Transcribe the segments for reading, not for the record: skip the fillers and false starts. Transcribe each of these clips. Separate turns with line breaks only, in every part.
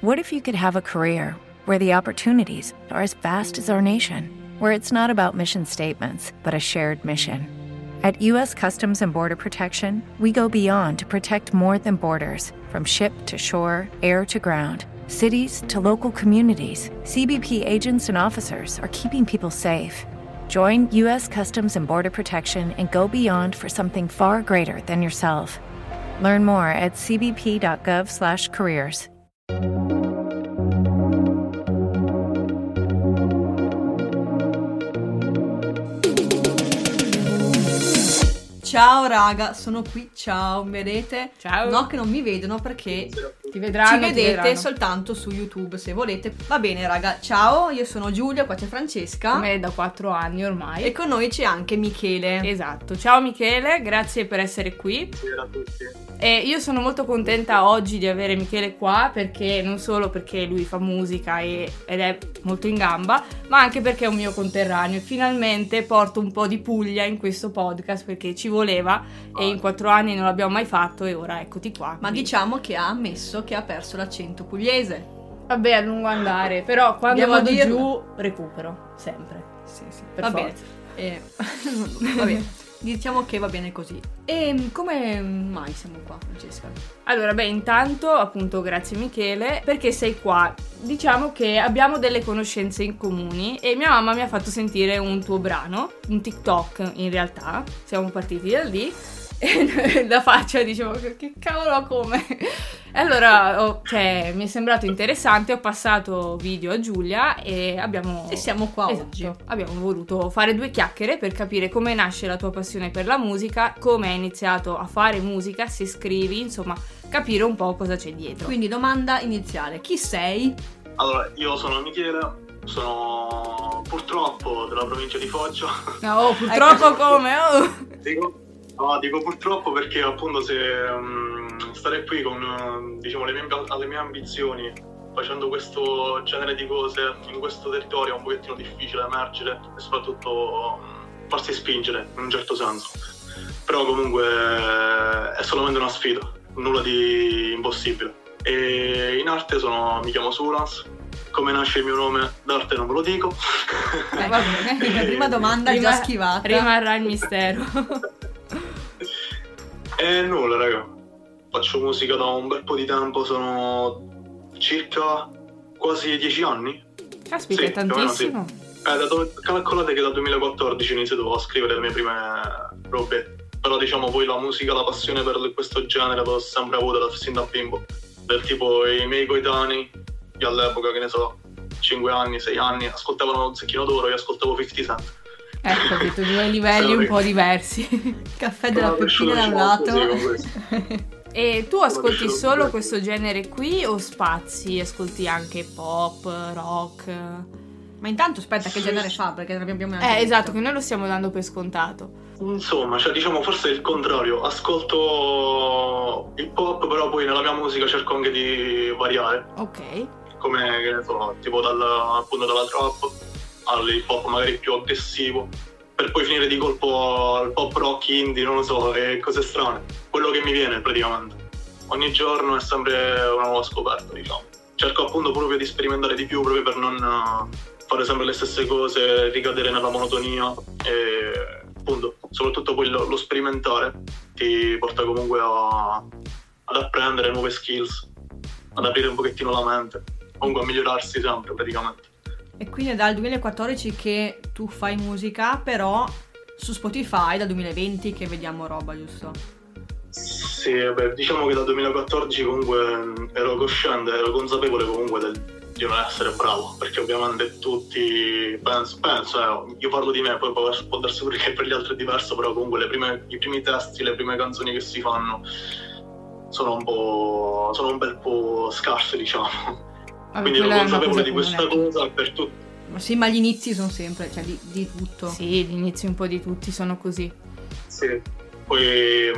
What if you could have a career where the opportunities are as vast as our nation, where it's not about mission statements, but a shared mission? At U.S. Customs and Border Protection, we go beyond to protect more than borders. From ship to shore, air to ground, cities to local communities, CBP agents and officers are keeping people safe. Join U.S. Customs and Border Protection and go beyond for something far greater than yourself. Learn more at cbp.gov/careers.
Ciao raga, sono qui, ciao, mi vedete?
Ciao.
No, che non mi vedono perché
ti vedranno,
ci vedete soltanto su YouTube se volete. Va bene raga, ciao, io sono Giulia, qua c'è Francesca.
Come da 4 anni ormai.
E con noi c'è anche Michele.
Esatto, ciao Michele, grazie per essere qui.
Buonasera a tutti.
E io sono molto contenta oggi di avere Michele qua, perché non solo perché lui fa musica ed è molto in gamba, ma anche perché è un mio conterraneo e finalmente porto un po' di Puglia in questo podcast perché ci voleva e in 4 anni non l'abbiamo mai fatto e ora eccoti qua.
Ma diciamo che ha ammesso che ha perso l'accento pugliese.
Vabbè, a lungo andare, però quando
Andiamo
vado
a dirlo.
giù recupero, sempre.
Sì,
Per
va
forza.
bene. Va bene. Diciamo che va bene così. E come mai siamo qua, Francesca?
Allora, intanto, appunto, grazie Michele, perché sei qua. Diciamo che abbiamo delle conoscenze in comuni e mia mamma mi ha fatto sentire un tuo brano, un TikTok in realtà, siamo partiti da lì. E la faccia dicevo che cavolo come e allora mi è sembrato interessante, ho passato video a Giulia e
siamo qua
esatto,
oggi.
abbiamo voluto fare 2 chiacchiere per capire come nasce la tua passione per la musica, come hai iniziato a fare musica, se scrivi, insomma capire un po' cosa c'è dietro.
Quindi domanda iniziale, chi sei?
Allora, io sono Michele, sono purtroppo della provincia di Foggia.
No, purtroppo come?
Dico purtroppo perché appunto se stare qui con diciamo le mie ambizioni, facendo questo genere di cose in questo territorio è un pochettino difficile emergere e soprattutto farsi spingere in un certo senso. Però comunque è solamente una sfida, nulla di impossibile. E in arte mi chiamo Sulans. Come nasce il mio nome d'arte non ve lo dico.
Va bene, la prima domanda già schivata.
Rimarrà il mistero.
E nulla raga, faccio musica da un bel po' di tempo, sono circa quasi 10 anni.
Caspita,
sì,
è tantissimo.
Calcolate che dal 2014 ho iniziato a scrivere le mie prime robe. Però diciamo poi la musica, la passione per questo genere l'ho sempre avuta sin da bimbo. Del tipo i miei coetanei, che all'epoca, che ne so, 5 anni, 6 anni, ascoltavano Zecchino d'Oro, io ascoltavo 50 Cent.
Ecco, capito, 2 livelli un po' diversi.
Caffè della Peppina da un lato.
E tu ascolti solo questo genere qui o spazi? Ascolti anche pop, rock?
Ma intanto aspetta, che genere fa? Perché non abbiamo neanche
esatto,
detto.
che noi lo stiamo dando per scontato.
Insomma, cioè diciamo forse è il contrario. Ascolto il pop, però poi nella mia musica cerco anche di variare.
Ok.
Come, che ne so, tipo appunto dalla trap al pop magari più aggressivo, per poi finire di colpo al pop rock indie, non lo so, e cose strane. Quello che mi viene praticamente. Ogni giorno è sempre una nuova scoperta, diciamo. Cerco appunto proprio di sperimentare di più, proprio per non fare sempre le stesse cose, ricadere nella monotonia e appunto, soprattutto poi lo sperimentare ti porta comunque ad apprendere nuove skills, ad aprire un pochettino la mente, comunque a migliorarsi sempre praticamente.
E quindi è dal 2014 che tu fai musica, però su Spotify dal 2020 che vediamo roba, giusto?
Sì, vabbè, diciamo che dal 2014 comunque ero cosciente, ero consapevole comunque di non essere bravo, perché ovviamente tutti, penso, io parlo di me, poi può darsi pure che per gli altri è diverso, però comunque i primi testi, le prime canzoni che si fanno sono un bel po' scarse, diciamo. Quindi ero consapevole di questa cosa per tutti.
Sì, ma gli inizi sono sempre, cioè di tutto.
Sì, gli inizi un po' di tutti sono così.
Sì, poi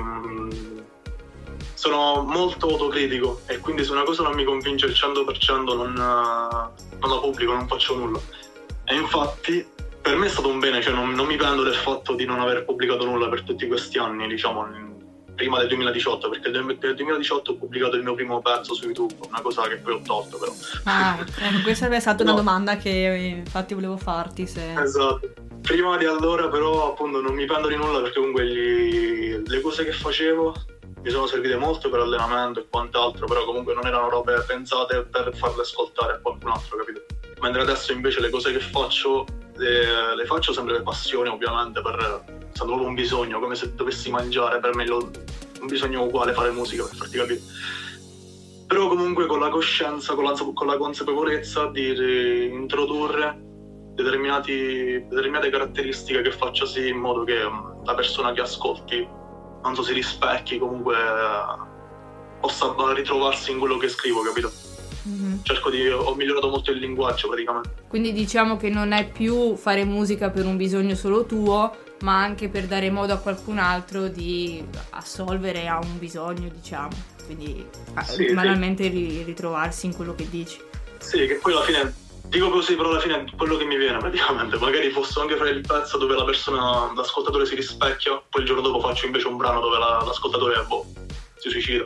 sono molto autocritico e quindi se una cosa non mi convince al 100% non la pubblico, non faccio nulla. E infatti per me è stato un bene, cioè non mi pento del fatto di non aver pubblicato nulla per tutti questi anni, diciamo, prima del 2018, perché nel 2018 ho pubblicato il mio primo pezzo su YouTube, una cosa che poi ho tolto però.
Questa è stata una domanda che infatti volevo farti se...
Esatto. Prima di allora però appunto non mi pento di nulla, perché comunque le cose che facevo mi sono servite molto per allenamento e quant'altro, però comunque non erano robe pensate per farle ascoltare a qualcun altro, capito? Mentre adesso invece le cose che faccio le faccio sempre per passione, ovviamente, essendo proprio un bisogno, come se dovessi mangiare, per me è un bisogno uguale fare musica, per farti capire. Però comunque con la coscienza, con la consapevolezza di introdurre determinate caratteristiche che faccia sì in modo che la persona che ascolti, non so, si rispecchi, comunque possa ritrovarsi in quello che scrivo, capito?
Mm-hmm.
Ho migliorato molto il linguaggio praticamente.
Quindi diciamo che non è più fare musica per un bisogno solo tuo, ma anche per dare modo a qualcun altro di assolvere a un bisogno, diciamo. Quindi banalmente ritrovarsi in quello che dici.
Sì, che poi alla fine dico così, però alla fine è quello che mi viene praticamente. Magari posso anche fare il pezzo dove l'ascoltatore si rispecchia, poi il giorno dopo faccio invece un brano dove l'ascoltatore si suicida.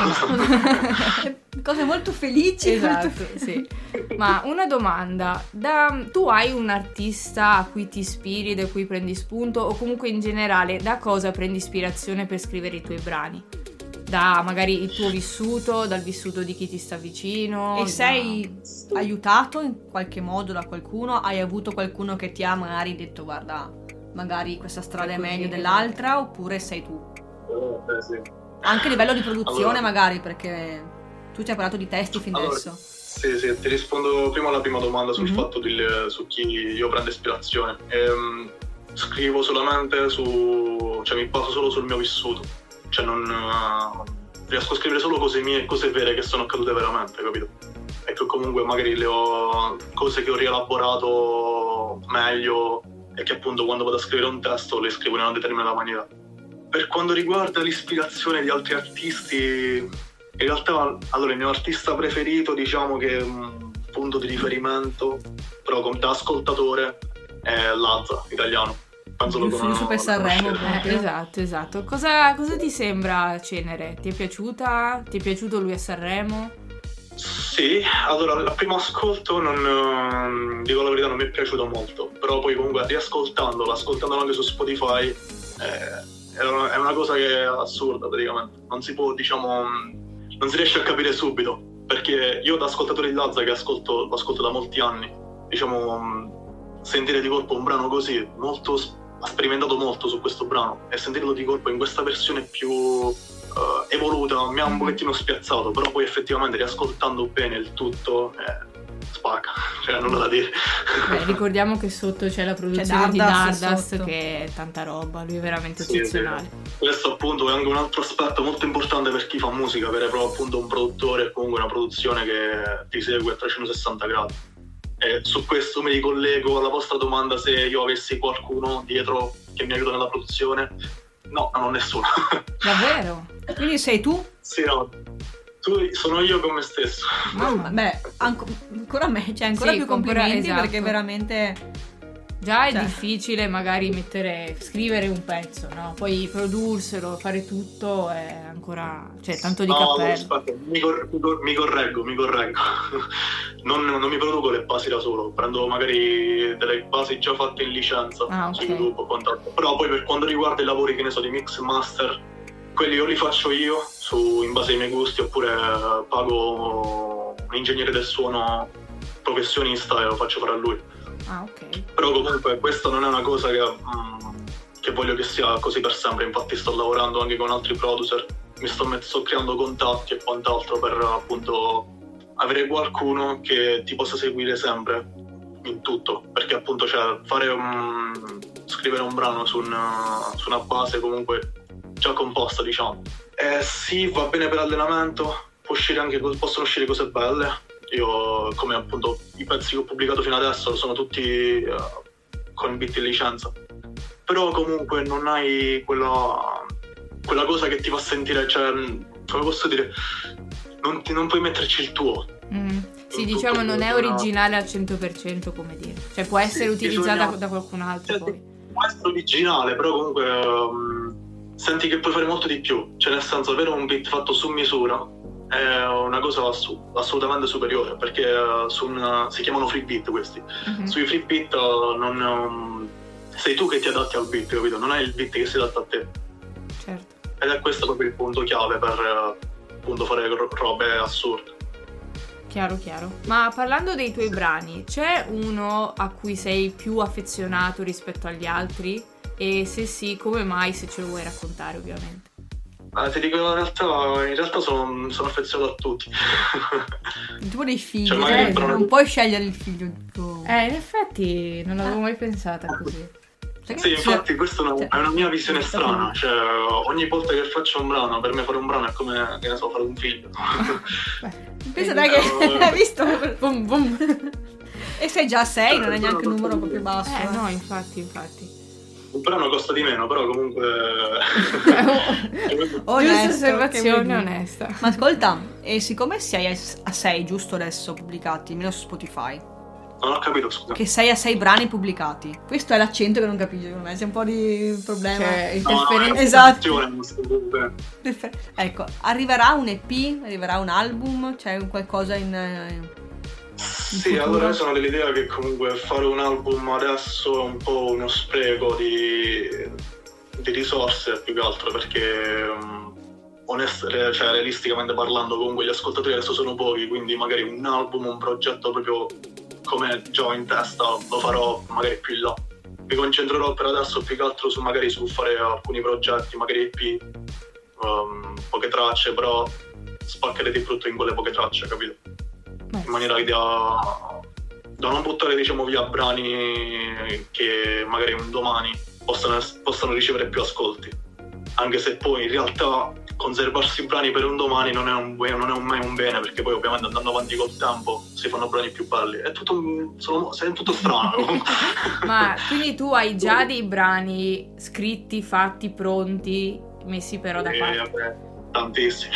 Cose molto felici.
Esatto, sì. Ma una domanda, tu hai un artista a cui ti ispiri, da cui prendi spunto, o comunque in generale da cosa prendi ispirazione per scrivere i tuoi brani? Da magari il tuo vissuto, dal vissuto di chi ti sta vicino?
E sei aiutato in qualche modo da qualcuno? Hai avuto qualcuno che ti ha magari detto guarda, magari questa strada è meglio dell'altra, oppure sei tu?
Sì.
Anche a livello di produzione magari, perché tu ci hai parlato di testi fin adesso.
Sì, ti rispondo prima alla prima domanda sul fatto su chi io prendo ispirazione. Scrivo solamente cioè mi baso solo sul mio vissuto, cioè non riesco a scrivere solo cose mie, cose vere che sono accadute veramente, capito? E che comunque magari cose che ho rielaborato meglio e che appunto quando vado a scrivere un testo le scrivo in una determinata maniera. Per quanto riguarda l'ispirazione di altri artisti, in realtà allora il mio artista preferito, diciamo che è un punto di riferimento, però da ascoltatore, è Lazza, italiano. Penso lo
conosco per Sanremo.
Esatto. Cosa ti sembra Cenere? Ti è piaciuta? Ti è piaciuto lui a Sanremo?
Sì, allora al primo ascolto dico la verità, non mi è piaciuto molto, però poi comunque ascoltandolo anche su Spotify è una cosa che è assurda praticamente. Non si può, diciamo, non si riesce a capire subito, perché io da ascoltatore di Lazza, che lo ascolto da molti anni, diciamo, sentire di colpo un brano così, ha sperimentato molto su questo brano, e sentirlo di colpo in questa versione più evoluta mi ha un pochettino spiazzato, però poi effettivamente riascoltando bene il tutto spacca, cioè nulla da dire.
Ricordiamo che sotto c'è la produzione di Dardust, che è tanta roba, lui è veramente eccezionale.
Sì. Questo appunto è anche un altro aspetto molto importante per chi fa musica, avere proprio appunto un produttore, comunque una produzione che ti segue a 360 gradi. E su questo mi ricollego alla vostra domanda, se io avessi qualcuno dietro che mi aiuta nella produzione. No, non ho nessuno.
Davvero? Quindi sei tu?
Sì, no. Sono io con me stesso.
Beh, ancora me, cioè ancora più complimenti, esatto. Perché veramente
già è difficile magari scrivere un pezzo, no? Poi produrselo, fare tutto è ancora, cioè tanto di cappello.
Aspetta, mi correggo. Non mi produco le basi da solo, prendo magari delle basi già fatte in licenza su YouTube o quant'altro. Però poi per quanto riguarda i lavori, che ne so, di mix master, quelli io li faccio io in base ai miei gusti, oppure pago un ingegnere del suono professionista e lo faccio fare a lui. Però comunque questa non è una cosa che voglio che sia così per sempre, infatti sto lavorando anche con altri producer, mi sto creando contatti e quant'altro per appunto avere qualcuno che ti possa seguire sempre in tutto, perché appunto scrivere un brano su una base comunque già composta, diciamo. Sì, va bene per allenamento, possono uscire cose belle. Io, come appunto i pezzi che ho pubblicato fino adesso, sono tutti con beat in licenza. Però comunque non hai quella cosa che ti fa sentire, cioè, come posso dire, non puoi metterci il tuo.
Sì, diciamo non è originale al 100%, come dire. Cioè può essere utilizzata da qualcun altro, poi.
Può essere originale, però comunque senti che puoi fare molto di più, cioè nel senso avere un beat fatto su misura è una cosa assolutamente superiore, perché si chiamano free beat questi. Sui free beat sei tu che ti adatti al beat, capito? Non è il beat che si adatta a te.
Certo.
Ed è questo proprio il punto chiave per appunto fare robe assurde.
Chiaro. Ma parlando dei tuoi brani, c'è uno a cui sei più affezionato rispetto agli altri? E se sì, come mai, se ce lo vuoi raccontare, ovviamente?
Ti dico in realtà sono affezionato a tutti.
Tu dei figli,
Cioè,
non puoi scegliere il figlio tuo.
In effetti non l'avevo mai pensata così.
Sì, infatti questa è una mia visione strana, cioè ogni volta che faccio un brano, per me fare un brano è come, che ne so, fare un figlio.
Pensa dai che hai visto? Boom, boom. E sei già a 6, non è neanche un numero proprio basso.
No, infatti.
Un brano costa di meno, però comunque...
Giusta osservazione, onesta.
Ma ascolta, e siccome sei a 6 giusto adesso pubblicati, almeno su Spotify,
non ho capito, scusa.
che sei a 6 brani pubblicati. Questo è l'accento che non capisci, secondo me c'è un po' di problema.
Cioè,
interferenza.
Esatto.
Ecco, arriverà un EP, arriverà un album, c'è qualcosa in
Sì, allora io sono dell'idea che comunque fare un album adesso è un po' uno spreco di risorse più che altro, perché cioè, realisticamente parlando comunque gli ascoltatori adesso sono pochi, quindi magari un album, un progetto proprio come già ho in testa lo farò magari più in là. Mi concentrerò per adesso più che altro magari su fare alcuni progetti, magari EP, poche tracce, però spaccherei di brutto in quelle poche tracce, capito? In maniera da non buttare, diciamo, via brani che magari un domani possano ricevere più ascolti, anche se poi in realtà conservarsi i brani per un domani non è mai un bene, perché poi ovviamente andando avanti col tempo si fanno brani più belli. È tutto strano.
Ma quindi tu hai già dei brani scritti, fatti, pronti, messi però da parte?
Vabbè, tantissimi.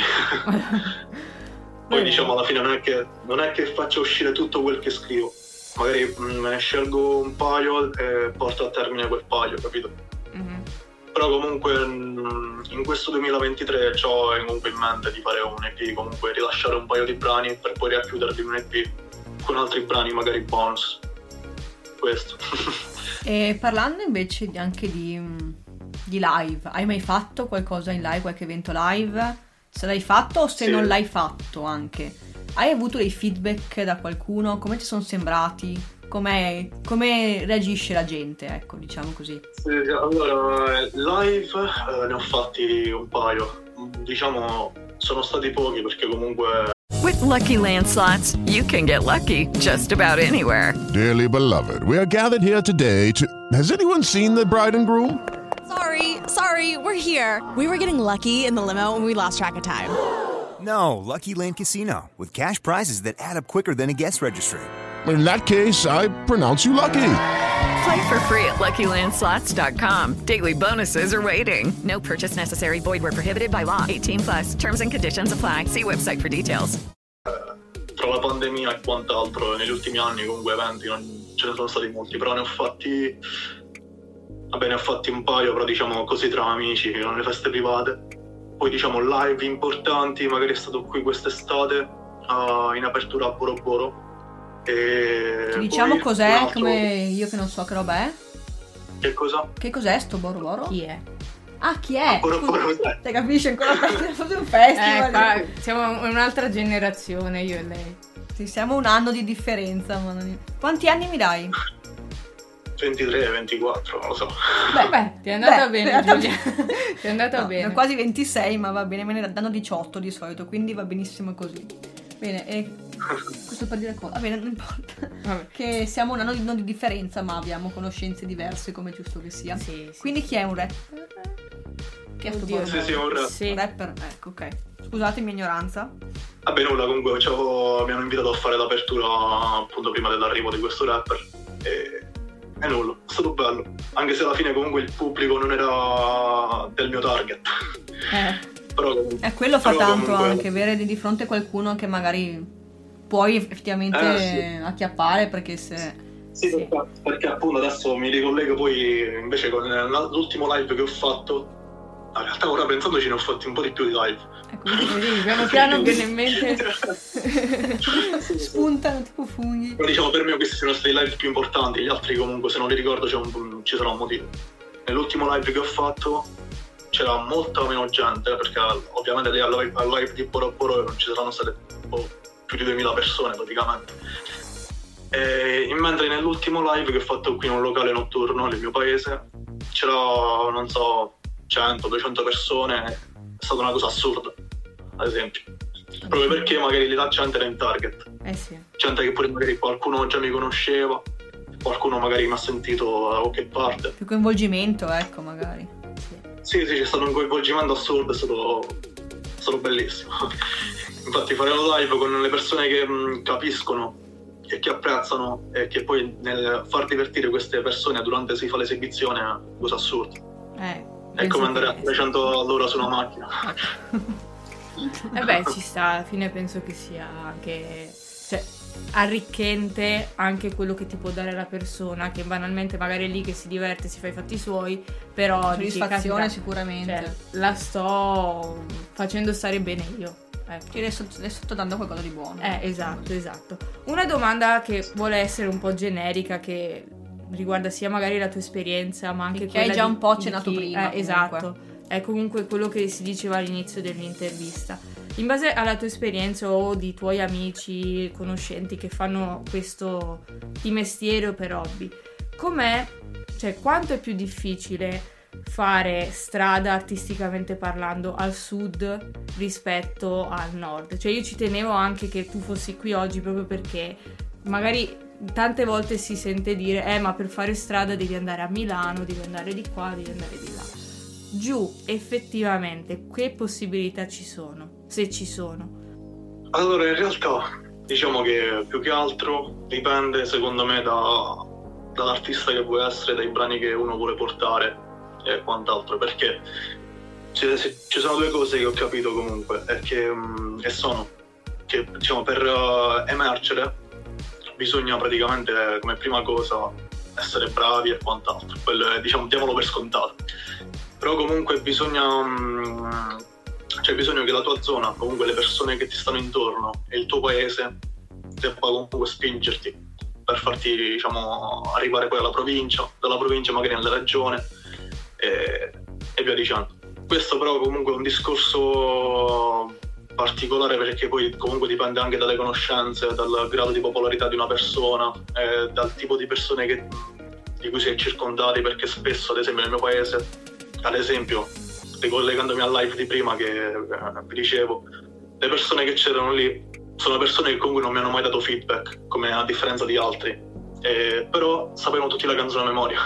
Poi diciamo alla fine non è che faccio uscire tutto quel che scrivo, magari me ne scelgo un paio e porto a termine quel paio, capito?
Mm-hmm.
Però comunque in questo 2023 ho comunque in mente di fare un EP, comunque rilasciare un paio di brani per poi racchiuderli in un EP con altri brani magari bonus. Questo.
E parlando invece anche di live, hai mai fatto qualcosa in live, qualche evento live? Se l'hai fatto o se
sì.
Non l'hai fatto anche? Hai avuto dei feedback da qualcuno? Come ti sono sembrati? Come reagisce la gente, ecco, diciamo così.
Sì, allora, live ne ho fatti un paio. Diciamo, sono stati pochi perché comunque...
With Lucky Land Slots, you can get lucky just about anywhere.
Dearly beloved, we are gathered here today to... Has anyone seen the bride and groom?
Sorry, we're here. We were getting lucky in the limo and we lost track of time.
No, Lucky Land Casino, with cash prizes that add up quicker than a guest registry.
In that case, I pronounce you lucky.
Play for free at LuckyLandSlots.com. Daily bonuses are waiting. No purchase necessary. Void where prohibited by law. 18+. Terms and conditions apply. See website for details.
Tra la pandemia e quant'altro, negli ultimi anni comunque eventi non ce ne sono stati molti, però ne ho fatti un paio, però diciamo così tra amici, nelle feste private. Poi diciamo live importanti, magari è stato qui quest'estate in apertura a Boro Boro. E
ci diciamo
poi
cos'è,
un altro...
come io che non so che roba è?
Che cosa?
Che cos'è sto Boro Boro?
Chi è?
Ah, chi è?
Boro Boro,
Te capisci ancora per un festival?
Qua siamo un'altra generazione, io e lei.
Sì, siamo un anno di differenza, ma quanti anni mi dai?
23, 24, non lo so.
Beh, ti è andata bene, Giulia. Ti è andata
No,
bene.
ho quasi 26, ma va bene, me ne danno 18 di solito, quindi va benissimo così. Bene, e questo per dire cosa? Va bene, non importa.
Vabbè.
Che siamo un anno non di differenza, ma abbiamo conoscenze diverse, come è giusto che sia.
Sì.
Quindi chi è un rapper? Chi è sto
Oddio,
Boro Boro?
Sì, un rapper.
Sì.
Un rapper? Ecco, ok. Scusate mia ignoranza.
Vabbè, nulla, comunque mi hanno invitato a fare l'apertura appunto prima dell'arrivo di questo rapper e nulla, è stato bello, anche se alla fine comunque il pubblico non era del mio target. Però comunque,
Quello fa tanto
comunque...
anche, avere di fronte qualcuno che magari puoi effettivamente
sì.
acchiappare, perché se...
Sì, perché appunto adesso mi ricollego poi invece con l'ultimo live che ho fatto, In realtà ora pensandoci ne ho fatti un po' di più di live.
Così, piano piano viene in mente.
Spuntano tipo funghi.
Però diciamo per me questi sono stati i live più importanti, gli altri comunque se non li ricordo ci sarà un motivo. Nell'ultimo live che ho fatto c'era molta meno gente, perché ovviamente lì al live di Boro Boro non ci saranno state più di 2000 persone praticamente. Mentre nell'ultimo live che ho fatto qui in un locale notturno nel mio paese c'era, non so, 100-200 persone, è stata una cosa assurda, ad esempio. Proprio perché magari la gente era in target.
Sì.
Gente che pure magari qualcuno già mi conosceva, qualcuno magari mi ha sentito da qualche parte.
Più coinvolgimento, ecco, magari.
Sì, c'è stato un coinvolgimento assurdo, è stato bellissimo. Infatti fare un live con le persone che capiscono e che apprezzano e che poi nel far divertire queste persone durante si fa l'esibizione è una cosa assurda. È come andare a 300 all'ora su una macchina.
Ci sta, alla fine penso che sia anche, cioè, arricchente anche quello che ti può dare la persona, che banalmente magari è lì che si diverte, si fa i fatti suoi, però
soddisfazione sicuramente,
cioè, la sto facendo stare bene io.
Ecco. Le sto dando qualcosa di buono.
Esatto. Una domanda che vuole essere un po' generica, che riguarda sia magari la tua esperienza, ma anche
che hai già un po' accennato prima.
Esatto. È comunque quello che si diceva all'inizio dell'intervista. In base alla tua esperienza o di tuoi amici, conoscenti che fanno questo di mestiere o per hobby, quanto è più difficile fare strada artisticamente parlando al sud rispetto al nord? Cioè io ci tenevo anche che tu fossi qui oggi proprio perché magari tante volte si sente dire ma per fare strada devi andare a Milano, devi andare di qua, devi andare di là. Giù effettivamente che possibilità ci sono, se ci sono?
Allora in realtà diciamo che più che altro dipende secondo me dall'artista che vuoi essere, dai brani che uno vuole portare e quant'altro, perché ci sono due cose che ho capito comunque e sono che diciamo per emergere bisogna praticamente come prima cosa essere bravi e quant'altro, quello è, diciamo, diamolo per scontato, però comunque bisogna che la tua zona, comunque le persone che ti stanno intorno e il tuo paese debba comunque spingerti per farti, diciamo, arrivare poi alla provincia, dalla provincia magari alla regione e via dicendo. Questo però comunque è un discorso particolare, perché poi comunque dipende anche dalle conoscenze, dal grado di popolarità di una persona, dal tipo di persone di cui si è circondati, perché spesso, ad esempio nel mio paese, ad esempio ricollegandomi al live di prima che vi dicevo, le persone che c'erano lì sono persone che comunque non mi hanno mai dato feedback, come a differenza di altri, però sapevano tutti la canzone a memoria.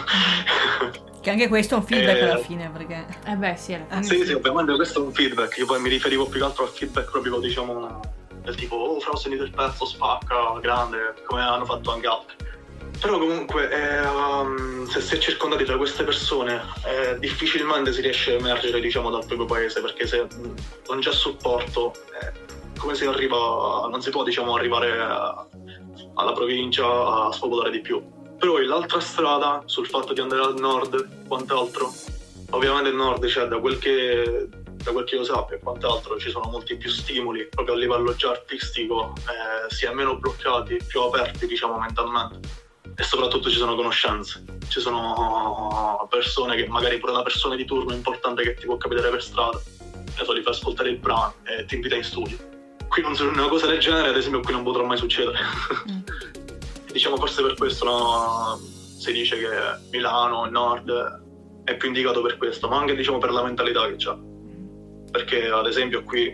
Che anche questo è un feedback alla fine, perché...
sì, alla fine
sì, ovviamente questo è un feedback. Io poi mi riferivo più che altro al feedback proprio, diciamo, del tipo fra ho sentito il pezzo, spacca, grande, come hanno fatto anche altri. Però comunque se si è circondati da queste persone difficilmente si riesce a emergere, diciamo, dal proprio paese, perché se non c'è supporto come si arriva, non si può, diciamo, arrivare alla provincia a spopolare di più. Però l'altra strada sul fatto di andare al nord, quant'altro, ovviamente il nord, cioè da quel che io sappia e quant'altro, ci sono molti più stimoli proprio a livello già artistico, si è meno bloccati, più aperti, diciamo, mentalmente, e soprattutto ci sono conoscenze, ci sono persone che magari pure la persona di turno importante che ti può capitare per strada, ti fa ascoltare il brano e ti invita in studio. Qui una cosa del genere, ad esempio, qui non potrà mai succedere. Diciamo forse per questo si dice che Milano, il nord, è più indicato per questo, ma anche, diciamo, per la mentalità che c'ha. Perché ad esempio qui,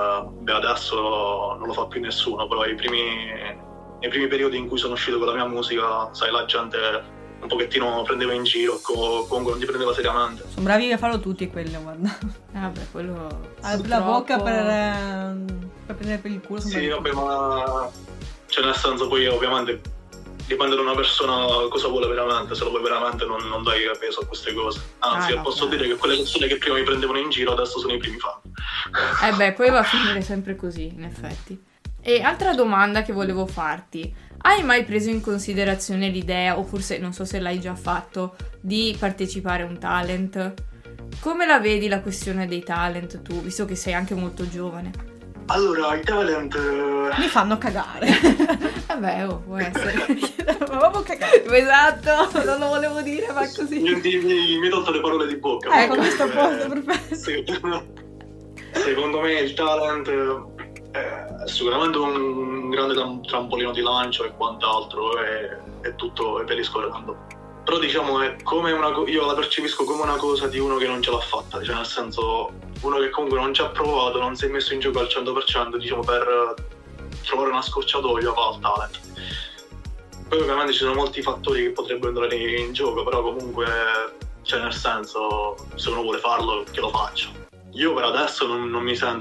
adesso non lo fa più nessuno, però nei primi periodi in cui sono uscito con la mia musica, sai, la gente un pochettino prendeva in giro, comunque non ti prendeva seriamente.
Sono bravi a farlo tutti quello, guarda.
Vabbè, quello...
La bocca per prendere per il culo.
Sì, vabbè, ma... Cioè, nel senso, poi ovviamente dipende da una persona cosa vuole veramente, se lo vuoi veramente non dai peso a queste cose. Anzi, posso dire che quelle persone che prima mi prendevano in giro adesso sono i primi fan.
Poi va a finire sempre così, in effetti. E altra domanda che volevo farti: hai mai preso in considerazione l'idea, o forse non so se l'hai già fatto, di partecipare a un talent? Come la vedi la questione dei talent tu, visto che sei anche molto giovane?
Allora, i talent...
Mi fanno cagare.
Vabbè, può essere.
Proprio cagare.
Esatto, non lo volevo dire, ma così.
Mi hai tolto le parole di bocca.
Ecco, questo a posto, perfetto.
Secondo me il talent è sicuramente un grande trampolino di lancio e quant'altro, è tutto, e via discorrendo. Però diciamo è come io la percepisco come una cosa di uno che non ce l'ha fatta, cioè nel senso uno che comunque non ci ha provato, non si è messo in gioco al 100%, diciamo, per trovare una scorciatoia va al talent. Poi ovviamente ci sono molti fattori che potrebbero entrare in gioco, però comunque, cioè nel senso, se uno vuole farlo, che lo faccia. Io per adesso non mi sento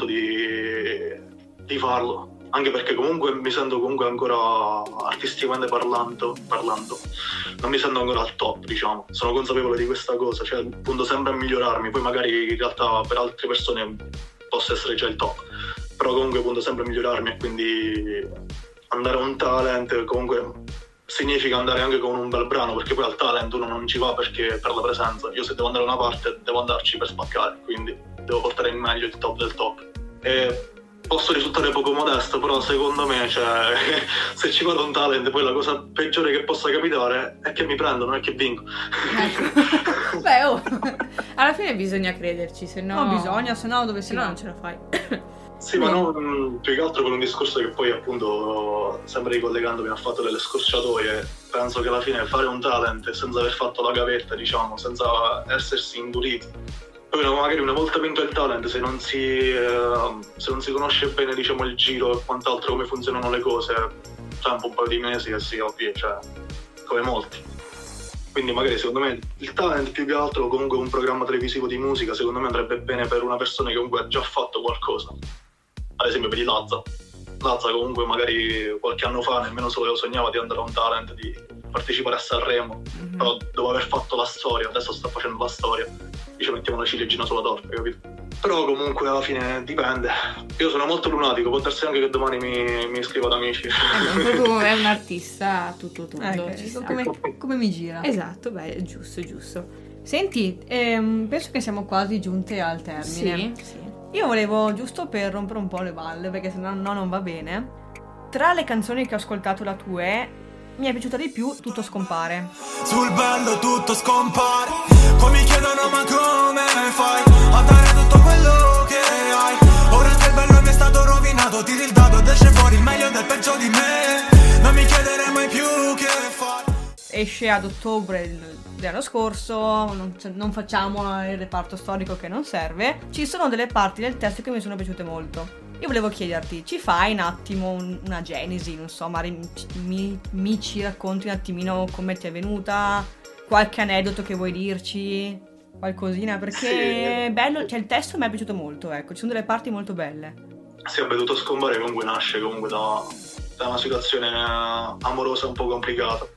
di farlo, anche perché comunque mi sento comunque ancora artisticamente parlando, non mi sento ancora al top, diciamo. Sono consapevole di questa cosa, cioè punto sempre a migliorarmi, poi magari in realtà per altre persone posso essere già il top, però comunque punto sempre a migliorarmi, e quindi andare a un talent comunque significa andare anche con un bel brano, perché poi al talent uno non ci va perché per la presenza. Io se devo andare da una parte devo andarci per spaccare, quindi devo portare in meglio il top del top. E posso risultare poco modesto, però secondo me, cioè, se ci vado un talent, poi la cosa peggiore che possa capitare è che mi prendono e che vinco.
Ecco. Beh, alla fine bisogna crederci, se no...
No, bisogna, se no dove si va?
Non ce la fai.
Sì, ma non più che altro con un discorso che poi appunto, sempre ricollegandomi al fatto delle scorciatoie, penso che alla fine fare un talent senza aver fatto la gavetta, diciamo, senza essersi induriti, poi magari una volta vinto il talent, se non si conosce bene, diciamo, il giro e quant'altro, come funzionano le cose, tempo un paio di mesi che si ovvia, cioè, come molti. Quindi magari secondo me il talent più che altro, comunque un programma televisivo di musica, secondo me andrebbe bene per una persona che comunque ha già fatto qualcosa. Ad esempio per Lazza comunque magari qualche anno fa nemmeno solo sognava di andare a un talent, di partecipare a Sanremo, però dopo aver fatto la storia, adesso sta facendo la storia, dice mettiamo la ciliegina sulla torta, capito? Però comunque alla fine dipende. Io sono molto lunatico, può darsi anche che domani mi iscrivo ad Amici.
Proprio è un artista tutto.
Ci sta. Come mi gira.
Esatto, beh, giusto.
Senti, penso che siamo quasi giunte al termine.
Sì.
Io volevo, giusto per rompere un po' le balle, perché se no non va bene, tra le canzoni che ho ascoltato da Tue, mi è piaciuta di più Tutto scompare.
Sul bello tutto scompare, poi mi chiedono ma come fai a dare tutto quello che hai. Ora che il bello mi è stato rovinato, tiri il dado ed esce fuori il meglio del peggio di me. Non mi chiedere mai più che fai.
Esce ad ottobre dell'anno scorso, non facciamo il reparto storico che non serve. Ci sono delle parti del testo che mi sono piaciute molto. Io volevo chiederti, ci fai un attimo una genesi, non so, magari mi ci racconti un attimino come ti è venuta, qualche aneddoto che vuoi dirci, qualcosina, perché è bello, cioè il testo mi è piaciuto molto, ecco, ci sono delle parti molto belle.
Sì, ho veduto scompare comunque nasce comunque da una situazione amorosa un po' complicata.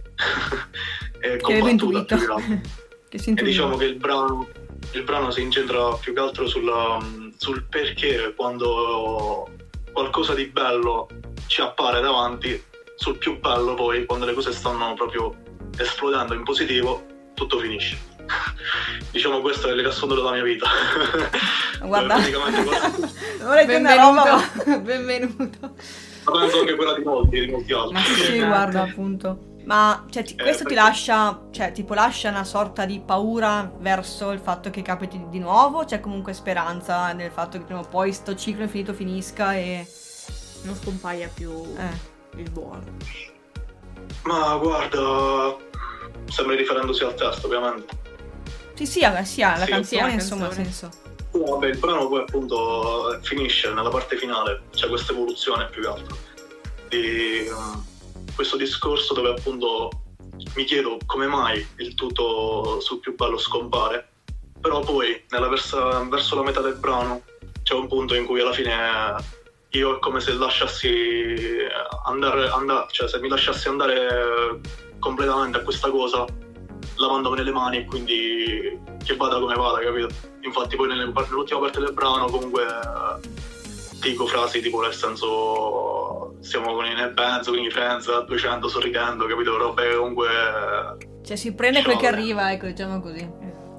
E
che avevo intuito.
Che si intuiva. E diciamo che il brano si incentra più che altro sul perché quando qualcosa di bello ci appare davanti, sul più bello poi, quando le cose stanno proprio esplodendo in positivo, tutto finisce. Diciamo questo è il riassunto della mia vita.
Guarda, benvenuto.
Ma penso anche quella di molti altri.
Sì, guarda, appunto. Ma cioè, questo ti lascia, cioè tipo lascia una sorta di paura verso il fatto che capiti di nuovo? C'è comunque speranza nel fatto che prima o poi sto ciclo infinito finisca e
non scompaia più il buono?
Ma guarda, sempre riferendosi al testo, ovviamente.
Sì, la canzone, insomma, nel senso.
Vabbè, il brano poi appunto finisce nella parte finale, c'è questa evoluzione più che altro di questo discorso dove appunto mi chiedo come mai il tutto sul più bello scompare, però poi verso la metà del brano c'è un punto in cui alla fine io è come se lasciassi andare, cioè se mi lasciassi andare completamente a questa cosa, lavandomi nelle mani, e quindi che vada come vada, capito? Infatti poi nell'ultima parte del brano comunque dico frasi tipo nel senso siamo nel benzo con i friends a 200 sorridendo, capito? Robe comunque,
cioè si prende quel che arriva, ecco, diciamo così.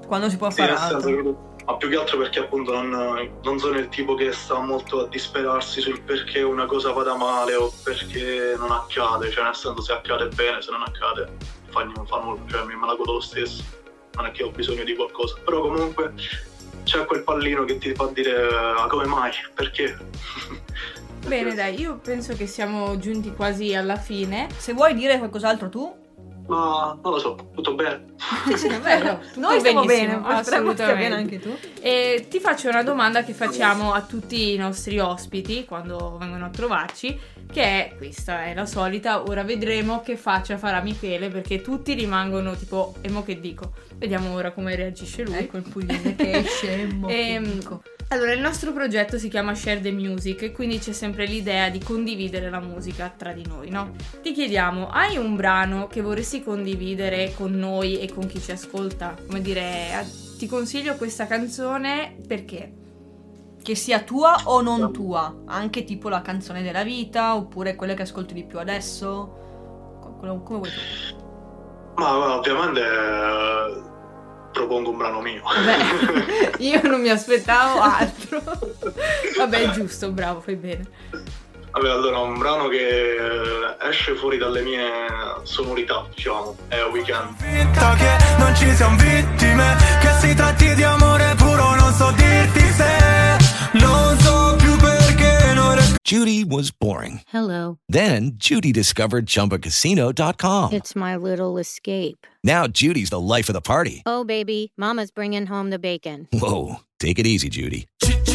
quando si può
Sì,
fare
nel senso
altro.
che- ma più che altro perché appunto non sono il tipo che sta molto a disperarsi sul perché una cosa vada male o perché non accade, cioè nel senso se accade bene, se non accade fa nulla, cioè me la godo lo stesso, non è che ho bisogno di qualcosa, però comunque c'è quel pallino che ti fa dire come mai, perché?
Bene, dai, io penso che siamo giunti quasi alla fine.
Se vuoi dire qualcos'altro tu?
Ma non lo so, tutto bene.
Sì, bello. Tutto
Noi stiamo
benissimo,
bene, speriamo che stia bene
assolutamente.
anche tu.
E ti faccio una domanda che facciamo a tutti i nostri ospiti quando vengono a trovarci, che è questa, è la solita. Ora vedremo che faccia farà Michele, perché tutti rimangono tipo, e mo che dico? Vediamo ora come reagisce lui.
Ecco il pugliese che esce.
Allora, il nostro progetto si chiama Share the Music e quindi c'è sempre l'idea di condividere la musica tra di noi, no? Ti chiediamo, hai un brano che vorresti condividere con noi e con chi ci ascolta? Come dire, ti consiglio questa canzone perché?
Che sia tua o non tua, anche tipo la canzone della vita, oppure quelle che ascolti di più adesso, come vuoi tu.
Ma ovviamente propongo un brano mio.
Vabbè, io non mi aspettavo altro. Vabbè, è giusto, bravo, fai bene.
Vabbè, allora un brano che esce fuori dalle mie sonorità, diciamo, è Weekend.
Finta che non ci siamo vittime, che si tratti di amore puro, non so dirti se non so più perché non riesco.
Judy was boring.
Hello.
Then Judy discovered ChumbaCasino.com.
It's my little escape.
Now Judy's the life of the party.
Oh, baby, mama's bringing home the bacon.
Whoa, take it easy, Judy.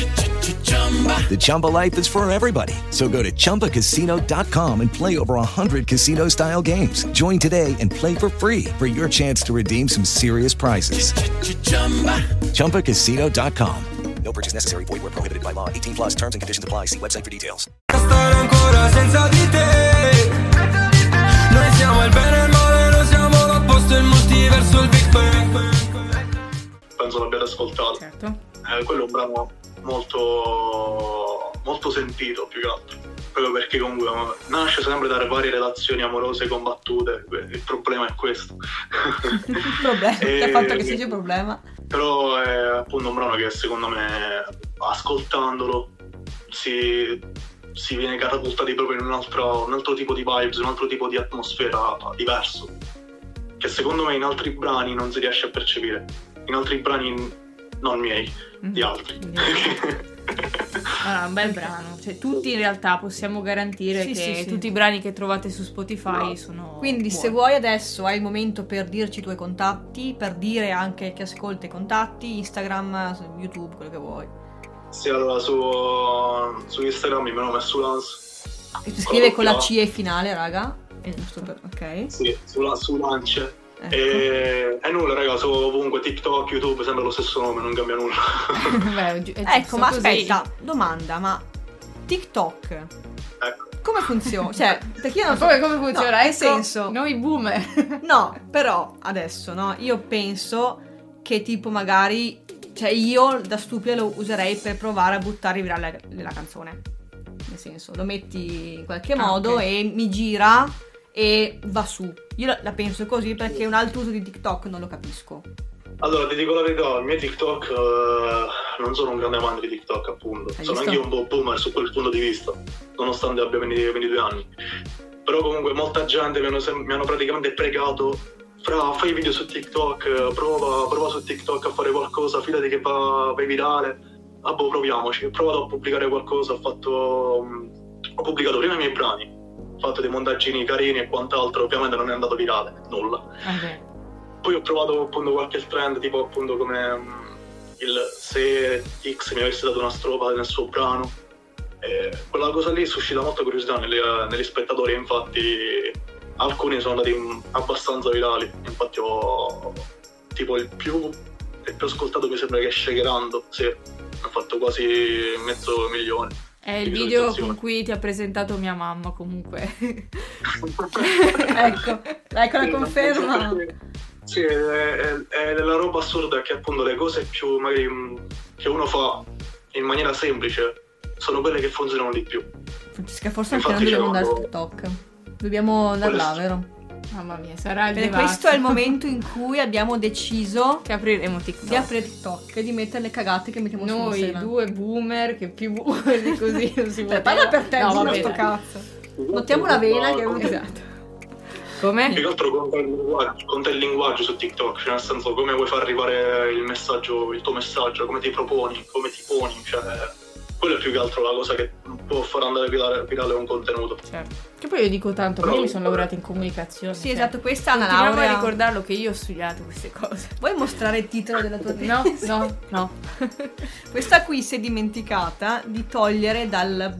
The Chumba life is for everybody. So go to ChumbaCasino.com and play over 100 casino-style games. Join today and play for free for your chance to redeem some serious prizes. ChumbaCasino.com. No purchase necessary. Void where prohibited by law. 18 plus terms and conditions apply. See website for details.
Stare ancora senza di te. Noi siamo il bene e il male, noi siamo l'opposto, il multiverso, il Big Bang.
Penso l'abbiate ascoltato.
Certo.
Quello è un brano molto sentito, più che altro. Proprio perché comunque nasce sempre dalle varie relazioni amorose combattute. Il problema è questo.
Il problema, che ha fatto che sia il problema.
Però è appunto un brano che secondo me, ascoltandolo, si viene catapultati proprio in un altro tipo di vibes, un altro tipo di atmosfera diverso, che secondo me in altri brani non si riesce a percepire. In altri brani non miei, di altri.
Allora, un bel brano, cioè tutti in realtà possiamo garantire che tutti i brani che trovate su Spotify sono
quindi
buoni.
Se vuoi adesso hai il momento per dirci i tuoi contatti, per dire anche che ascolta i contatti, Instagram, YouTube, quello che vuoi.
Sì, allora su Instagram mi nome è Sulans.
E si scrive con la C e finale, raga. Ok.
Sì, su Lance. E nulla, raga, su ovunque, TikTok, YouTube, sempre lo stesso nome, non cambia nulla.
Beh,
ecco, ma
così.
aspetta, domanda, ma TikTok come funziona? Cioè, perché io non so
come funziona?
No, nel senso,
noi boomer.
No, però adesso, no, io penso che tipo magari, cioè io da stupida lo userei per provare a buttare virale la canzone. Nel senso, lo metti in qualche modo
okay.
E mi gira e va su. Io la penso così perché un altro uso di TikTok non lo capisco.
Allora, ti dico la verità, il mio TikTok, non sono un grande amante di TikTok, appunto. Sono anche io un po' boomer su quel punto di vista, nonostante abbia 22 anni. Però comunque molta gente mi hanno praticamente pregato: fai video su TikTok, prova su TikTok a fare qualcosa, fidati che vai virale. Proviamoci. Ho provato a pubblicare qualcosa, ho pubblicato prima i miei brani, ho fatto dei montaggini carini e quant'altro, ovviamente non è andato virale, nulla.
Okay.
Poi ho provato appunto qualche trend, tipo appunto come se X mi avesse dato una strofa nel suo brano. Quella cosa lì suscita molta curiosità negli spettatori, infatti alcuni sono andati abbastanza virali. Infatti ho tipo il più ascoltato mi sembra che è Shakerando, sì, ha fatto quasi 500.000.
È il video con cui ti ha presentato mia mamma, comunque.
ecco la conferma.
Sì, è la roba assurda che appunto le cose più magari che uno fa in maniera semplice sono quelle che funzionano di più.
Francesca, forse anche noi dobbiamo andare su TikTok. Dobbiamo andare là, vero?
Mamma mia, sarà il
Perché
devastro.
questo è il momento in cui abbiamo deciso
che apriremo TikTok.
Di aprire TikTok e di mettere le cagate che mettiamo su Instagram.
Noi due boomer, che più boomer di così non si può.
Parla per te,
no,
non
vabbè,
sto
dai.
cazzo. Nottiamo la vena che è venuta.
Esatto. Come?
Più che altro conta il linguaggio su TikTok, cioè nel senso come vuoi far arrivare il messaggio, il tuo messaggio, come ti proponi, come ti poni, cioè quello è più che altro la cosa che può far andare virale un contenuto.
Certo. Che poi io dico tanto, io mi sono laureata in comunicazione.
Sì, esatto, questa è una
continuiamo
laurea.
a ricordarlo che io ho studiato queste cose.
Vuoi mostrare il titolo della tua
No, no, no.
Questa qui si è dimenticata di togliere dal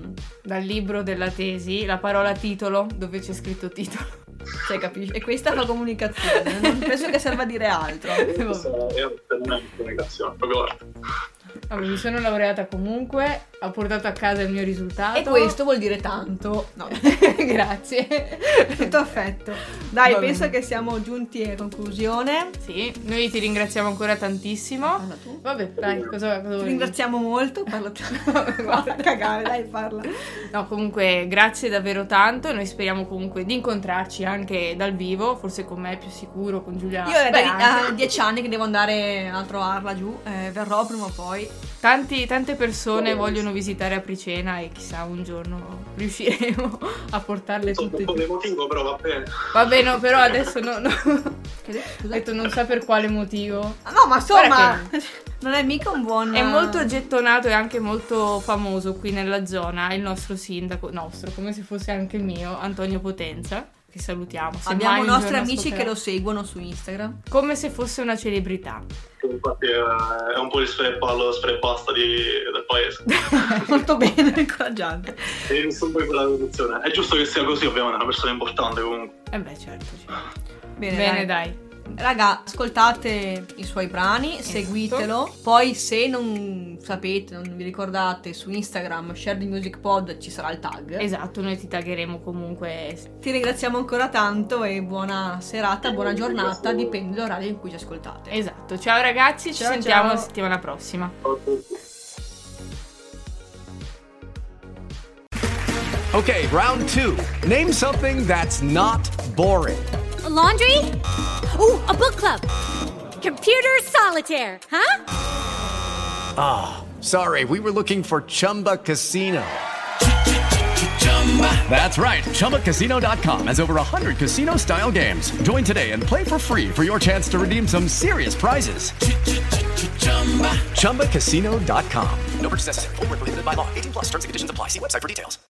libro della tesi la parola titolo, dove c'è scritto titolo.
Cioè, capisci? E questa fa comunicazione, non penso che serva a dire altro.
Questa è una comunicazione, proprio arte.
Vabbè, mi sono laureata comunque, ho portato a casa il mio risultato.
E questo vuol dire tanto. No,
grazie.
Tutto affetto. Dai,
Va
penso
bene.
che siamo giunti a conclusione.
Sì, noi ti ringraziamo ancora tantissimo.
Parla tu.
Vabbè, dai, cosa
Ti
vuoi
ringraziamo molto. Parla tu. Guarda, cagare, dai, parla.
No, comunque grazie davvero tanto. Noi speriamo comunque di incontrarci anche dal vivo, forse con me è più sicuro, con Giulia.
Io è da
anche.
10 anni che devo andare a trovarla giù. Verrò prima o poi.
Tante persone vogliono visitare Apricena e chissà un giorno riusciremo a portarle
Sono
tutte.
un po' emotivo, però va bene.
Vabbè, no, però adesso no.
Che
Ho detto non sa per quale motivo.
Ah, no, ma insomma,
Guarda
non è mica un buon.
È molto gettonato e anche molto famoso qui nella zona il nostro sindaco, come se fosse anche il mio, Antonio Potenza, che salutiamo. Se
Abbiamo
mai un
nostri
giorno
amici
ascolterà.
che lo seguono su Instagram.
Come se fosse una celebrità.
Infatti è un po' il spray e basta del paese.
Molto bene, incoraggiante.
E mi sto un po' in quella posizione. È giusto che sia così, ovviamente, è una persona importante comunque.
Beh, certo.
Bene,
dai.
Raga, ascoltate i suoi brani, seguitelo. Poi se non sapete, non vi ricordate, su Instagram Share the Music Pod ci sarà il tag.
Esatto, noi ti taggeremo comunque.
Ti ringraziamo ancora tanto e buona serata, buona giornata, dipende dall'orario in cui ci ascoltate.
Esatto, ciao ragazzi, ci
Ciao,
sentiamo
ciao.
la settimana prossima.
Okay, round 2. Name something that's not boring.
A laundry? Ooh, a book club. Computer solitaire, huh?
Ah, sorry, we were looking for Chumba Casino. That's right, ChumbaCasino.com has over 100 casino-style games. Join today and play for free for your chance to redeem some serious prizes. ChumbaCasino.com.
No purchase necessary. Void where prohibited by law. 18+ terms and conditions apply. See website for details.